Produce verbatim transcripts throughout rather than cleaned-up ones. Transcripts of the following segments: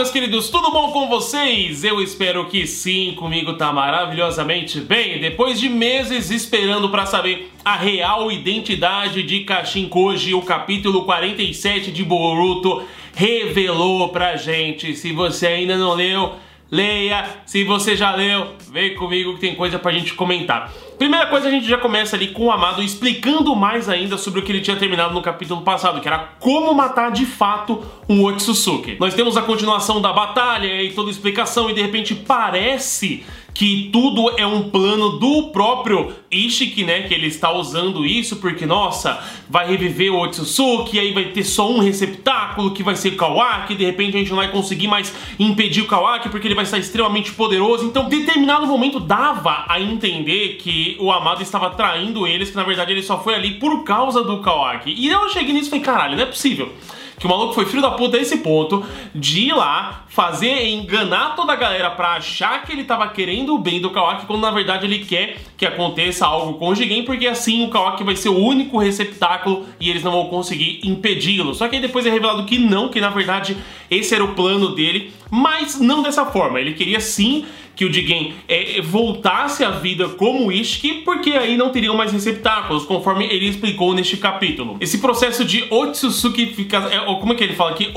meus queridos, tudo bom com vocês? Eu espero que sim, comigo tá maravilhosamente bem. Depois de meses esperando pra saber a real identidade de Kashin Koji, o capítulo quarenta e sete de Boruto revelou pra gente. Se você ainda não leu, leia. Se você já leu, vem comigo que tem coisa pra gente comentar. Primeira coisa, a gente já começa ali com o Amado explicando mais ainda sobre o que ele tinha terminado no capítulo passado, que era como matar de fato um Otsutsuki. Nós temos a continuação da batalha e toda a explicação, e de repente parece que tudo é um plano do próprio Ishiki, né? Que ele está usando isso porque, nossa, vai reviver o Otsutsuki, e aí vai ter só um receptáculo que vai ser o Kawaki, e de repente a gente não vai conseguir mais impedir o Kawaki porque ele vai estar extremamente poderoso. Então, em determinado momento dava a entender que o Amado estava traindo eles, que na verdade ele só foi ali por causa do Kawaki. E eu cheguei nisso e falei, caralho, não é possível que o maluco foi filho da puta a esse ponto de ir lá, fazer, enganar toda a galera pra achar que ele tava querendo o bem do Kawaki, quando na verdade ele quer que aconteça algo com o Jigen, porque assim o Kawaki vai ser o único receptáculo e eles não vão conseguir impedi-lo. Só que aí depois é revelado que não, que na verdade esse era o plano dele, mas não dessa forma. Ele queria sim que o Jigen é, voltasse à vida como o Ishiki, porque aí não teriam mais receptáculos, conforme ele explicou neste capítulo. Esse processo de Otsutsukificação, como é que ele fala aqui?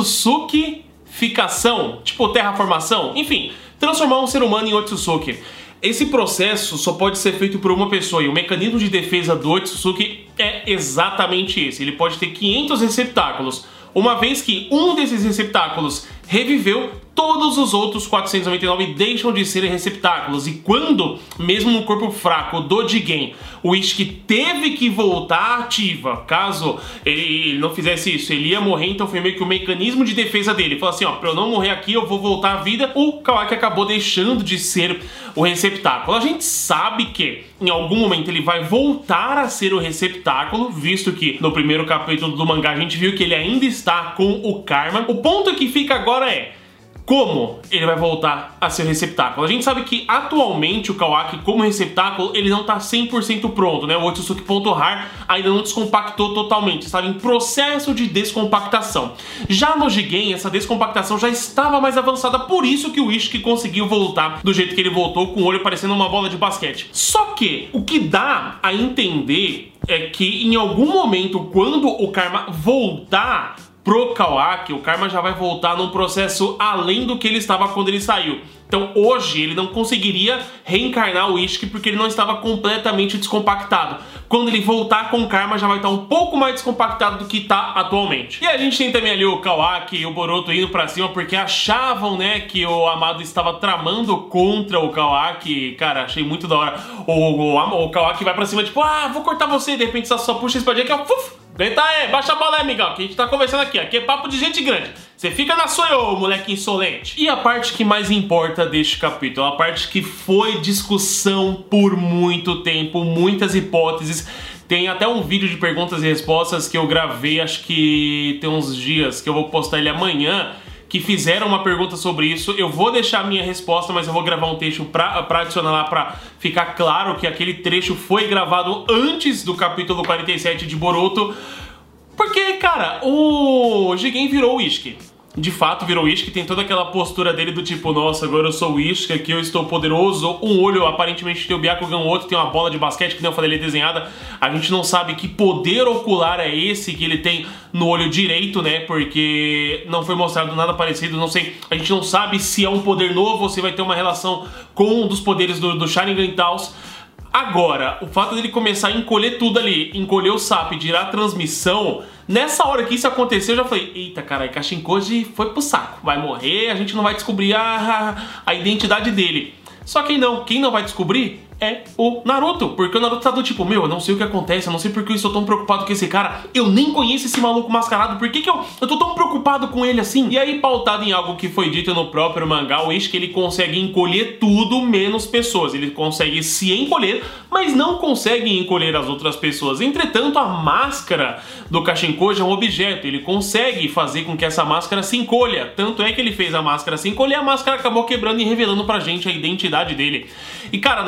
Otsutsukificação, tipo terraformação, enfim, transformar um ser humano em Otsutsuki. Esse processo só pode ser feito por uma pessoa, e o mecanismo de defesa do Otsutsuki é exatamente esse. Ele pode ter quinhentos receptáculos. Uma vez que um desses receptáculos reviveu, todos os outros quatrocentos e noventa e nove deixam de ser receptáculos. E quando, mesmo no corpo fraco do Jigen, o Ishiki teve que voltar ativa, caso ele não fizesse isso, ele ia morrer. Então foi meio que o mecanismo de defesa dele. Ele falou assim, ó, pra eu não morrer aqui, eu vou voltar à vida. O Kawaki acabou deixando de ser o receptáculo. A gente sabe que em algum momento ele vai voltar a ser o receptáculo, visto que no primeiro capítulo do mangá a gente viu que ele ainda está com o Karma. O ponto que fica agora é como ele vai voltar a ser receptáculo. A gente sabe que atualmente o Kawaki como receptáculo ele não está cem por cento pronto, né? O Otsutsuki.har ainda não descompactou totalmente, estava em processo de descompactação. Já no Jigen, essa descompactação já estava mais avançada, por isso que o Ishiki conseguiu voltar do jeito que ele voltou, com o olho parecendo uma bola de basquete. Só que o que dá a entender é que em algum momento, quando o Karma voltar pro Kawaki, o Karma já vai voltar num processo além do que ele estava quando ele saiu. Então hoje ele não conseguiria reencarnar o Ishiki porque ele não estava completamente descompactado. Quando ele voltar com o Karma já vai estar um pouco mais descompactado do que está atualmente. E a gente tem também ali o Kawaki e o Boruto indo pra cima porque achavam, né, que o Amado estava tramando contra o Kawaki. Cara, achei muito da hora. O, o, o Kawaki vai pra cima tipo, ah, vou cortar você, de repente só, só puxa a espadinha aqui, ó, fuf! Eita aí, baixa a bola aí, amigão, que a gente tá conversando aqui, aqui é papo de gente grande. Você fica na sua, ô moleque insolente. E a parte que mais importa deste capítulo, a parte que foi discussão por muito tempo, muitas hipóteses. Tem até um vídeo de perguntas e respostas que eu gravei, acho que tem uns dias, que eu vou postar ele amanhã, que fizeram uma pergunta sobre isso. Eu vou deixar a minha resposta, mas eu vou gravar um trecho pra, pra adicionar lá, pra ficar claro que aquele trecho foi gravado antes do capítulo quarenta e sete de Boruto. Porque, cara, o Jigen virou o Ishiki. De fato virou o Ishiki, tem toda aquela postura dele do tipo, nossa, agora eu sou o Ishiki, aqui eu estou poderoso. Um olho aparentemente tem o Byakugan, o outro tem uma bola de basquete que nem eu falei ali desenhada. A gente não sabe que poder ocular é esse que ele tem no olho direito, né, porque não foi mostrado nada parecido, não sei. A gente não sabe se é um poder novo ou se vai ter uma relação com um dos poderes do, do Sharingan e tal. Agora, o fato dele começar a encolher tudo ali, encolher o sapo e tirar a transmissão, nessa hora que isso aconteceu, eu já falei, eita caralho, Kashin Koji foi pro saco, vai morrer, a gente não vai descobrir a, a identidade dele. Só que não, quem não vai descobrir é o Naruto, porque o Naruto tá do tipo, meu, eu não sei o que acontece, eu não sei porque eu estou tão preocupado com esse cara, eu nem conheço esse maluco mascarado, por que que eu, eu tô tão preocupado com ele assim? E aí, pautado em algo que foi dito no próprio mangá, o Ishiki, ele consegue encolher tudo menos pessoas, ele consegue se encolher, mas não consegue encolher as outras pessoas. Entretanto, a máscara do Kashin Koji é um objeto, ele consegue fazer com que essa máscara se encolha, tanto é que ele fez a máscara se encolher, a máscara acabou quebrando e revelando pra gente a identidade dele. E cara, na hora que ele tá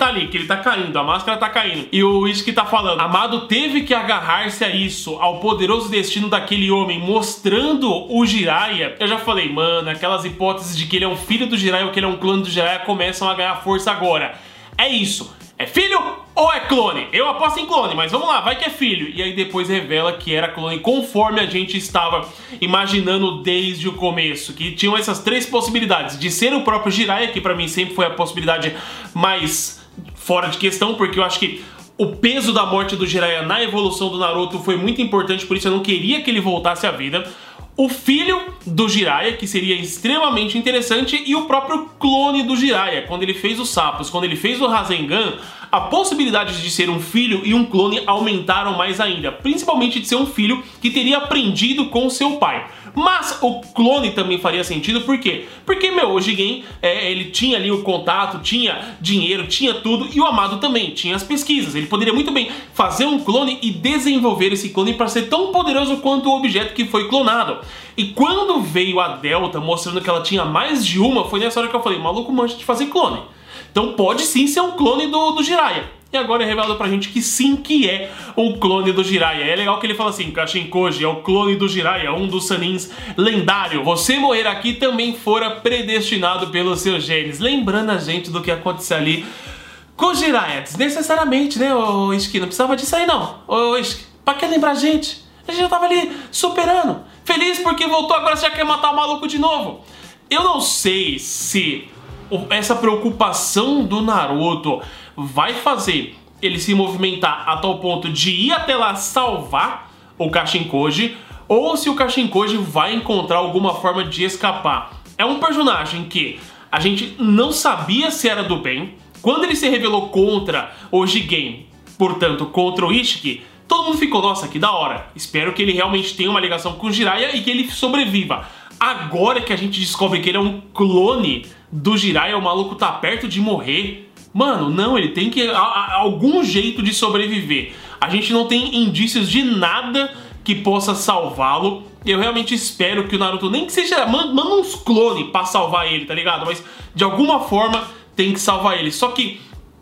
tá ali, que ele tá caindo, a máscara tá caindo, e o Ishiki tá falando, Amado teve que agarrar-se a isso, ao poderoso destino daquele homem, mostrando o Jiraiya, eu já falei, mano, aquelas hipóteses de que ele é um filho do Jiraiya ou que ele é um clone do Jiraiya começam a ganhar força agora. É isso. É filho ou é clone? Eu aposto em clone, mas vamos lá, vai que é filho. E aí depois revela que era clone, conforme a gente estava imaginando desde o começo. Que tinham essas três possibilidades. De ser o próprio Jiraiya, que pra mim sempre foi a possibilidade mais fora de questão, porque eu acho que o peso da morte do Jiraiya na evolução do Naruto foi muito importante, por isso eu não queria que ele voltasse à vida. O filho do Jiraiya, que seria extremamente interessante, e o próprio clone do Jiraiya. Quando ele fez os sapos, quando ele fez o Rasengan, a possibilidade de ser um filho e um clone aumentaram mais ainda. Principalmente de ser um filho que teria aprendido com seu pai. Mas o clone também faria sentido, por quê? Porque, meu, o Jigen, é, ele tinha ali o contato, tinha dinheiro, tinha tudo, e o Amado também, tinha as pesquisas. Ele poderia muito bem fazer um clone e desenvolver esse clone para ser tão poderoso quanto o objeto que foi clonado. E quando veio a Delta mostrando que ela tinha mais de uma, foi nessa hora que eu falei, maluco, mancha de fazer clone. Então pode sim ser um clone do, do Jiraiya. E agora é revelado pra gente que sim que é um clone do Jiraiya. É legal que ele fala assim, Kashin Koji é o clone do Jiraiya, um dos Sanins lendário. Você morrer aqui também fora predestinado pelos seus genes. Lembrando a gente do que aconteceu ali com o Jiraiya. Desnecessariamente, né, ô Ishiki? Não precisava disso aí não. Ô Ishiki, pra que lembrar a gente? A gente já tava ali superando. Feliz porque voltou, agora você já quer matar o maluco de novo. Eu não sei se essa preocupação do Naruto vai fazer ele se movimentar a tal ponto de ir até lá salvar o Kashin Koji, ou se o Kashin Koji vai encontrar alguma forma de escapar. É um personagem que a gente não sabia se era do bem. Quando ele se revelou contra o Jigen, portanto contra o Ishiki, todo mundo ficou, nossa, que da hora. Espero que ele realmente tenha uma ligação com o Jiraiya e que ele sobreviva. Agora que a gente descobre que ele é um clone do Jiraiya, o maluco tá perto de morrer. Mano, não, ele tem que... A, a, algum jeito de sobreviver. A gente não tem indícios de nada que possa salvá-lo. Eu realmente espero que o Naruto, nem que seja... Manda, manda uns clones pra salvar ele, tá ligado? Mas de alguma forma tem que salvar ele. Só que,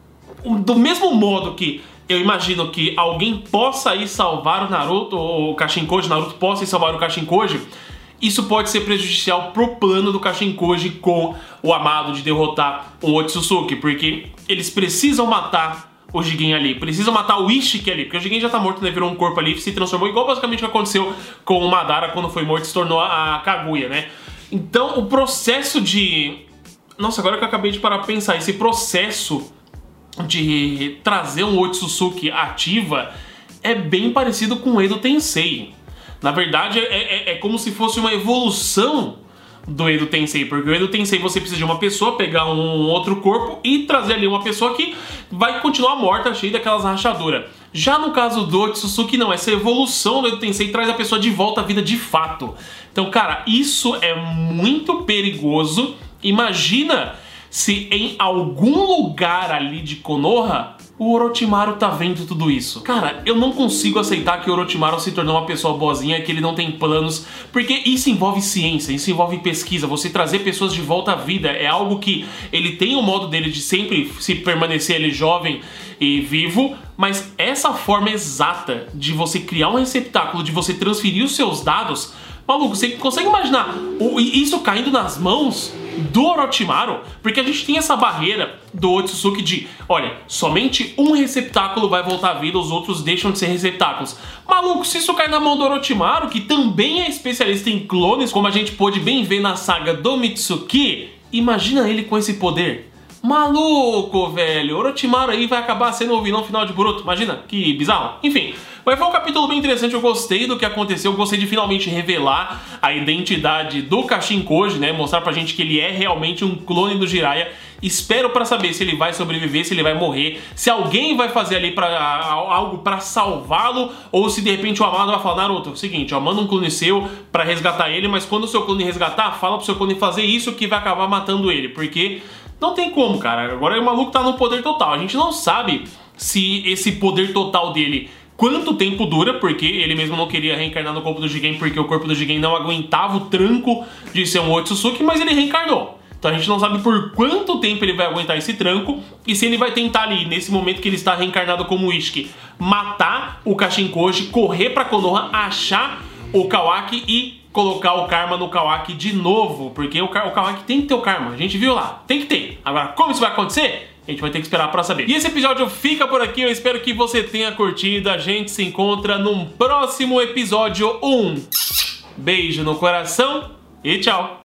do mesmo modo que eu imagino que alguém possa ir salvar o Naruto, ou o Kashin Koji, o Naruto possa ir salvar o Kashin Koji, isso pode ser prejudicial pro plano do Kashin Koji com o Amado de derrotar o Otsutsuki, porque eles precisam matar o Jigen ali, precisam matar o Ishiki ali, porque o Jigen já tá morto, né, virou um corpo ali, se transformou igual basicamente o que aconteceu com o Madara quando foi morto e se tornou a Kaguya, né? Então o processo de... Nossa, agora que eu acabei de parar pra pensar, esse processo de trazer um Otsutsuki ativa é bem parecido com o Edo Tensei. Na verdade, é, é, é como se fosse uma evolução do Edo Tensei, porque o Edo Tensei você precisa de uma pessoa, pegar um outro corpo e trazer ali uma pessoa que vai continuar morta, cheia daquelas rachaduras. Já no caso do Otsutsuki, não, essa evolução do Edo Tensei traz a pessoa de volta à vida de fato. Então, cara, isso é muito perigoso. Imagina se em algum lugar ali de Konoha o Orochimaru tá vendo tudo isso. Cara, eu não consigo aceitar que o Orochimaru se tornou uma pessoa boazinha, que ele não tem planos, porque isso envolve ciência, isso envolve pesquisa, você trazer pessoas de volta à vida é algo que ele tem o modo dele de sempre se permanecer ali jovem e vivo, mas essa forma exata de você criar um receptáculo, de você transferir os seus dados, maluco, você consegue imaginar isso caindo nas mãos do Orochimaru? Porque a gente tem essa barreira do Otsutsuki de, olha, somente um receptáculo vai voltar à vida, os outros deixam de ser receptáculos. Maluco, se isso cai na mão do Orochimaru, que também é especialista em clones, como a gente pôde bem ver na saga do Mitsuki, imagina ele com esse poder. Maluco, velho, Orochimaru aí vai acabar sendo o vilão final de Boruto, imagina, que bizarro. Enfim, mas foi um capítulo bem interessante, eu gostei do que aconteceu, eu gostei de finalmente revelar a identidade do Kashin Koji, né, mostrar pra gente que ele é realmente um clone do Jiraiya. Espero pra saber se ele vai sobreviver, se ele vai morrer, se alguém vai fazer ali pra, algo pra salvá-lo, ou se de repente o Amado vai falar, Naruto, é o seguinte, ó, manda um clone seu pra resgatar ele, mas quando o seu clone resgatar, fala pro seu clone fazer isso que vai acabar matando ele, porque... não tem como, cara. Agora o maluco tá no poder total. A gente não sabe se esse poder total dele, quanto tempo dura, porque ele mesmo não queria reencarnar no corpo do Jigen, porque o corpo do Jigen não aguentava o tranco de ser um Otsutsuki, mas ele reencarnou. Então a gente não sabe por quanto tempo ele vai aguentar esse tranco e se ele vai tentar ali, nesse momento que ele está reencarnado como Ishiki, matar o Kashinkoji, correr pra Konoha, achar o Kawaki e colocar o karma no Kawaki de novo, porque o, Ka o Kawaki tem que ter o karma, a gente viu lá, tem que ter. Agora, como isso vai acontecer? A gente vai ter que esperar pra saber. E esse episódio fica por aqui, eu espero que você tenha curtido, a gente se encontra num próximo episódio. Um beijo no coração e tchau!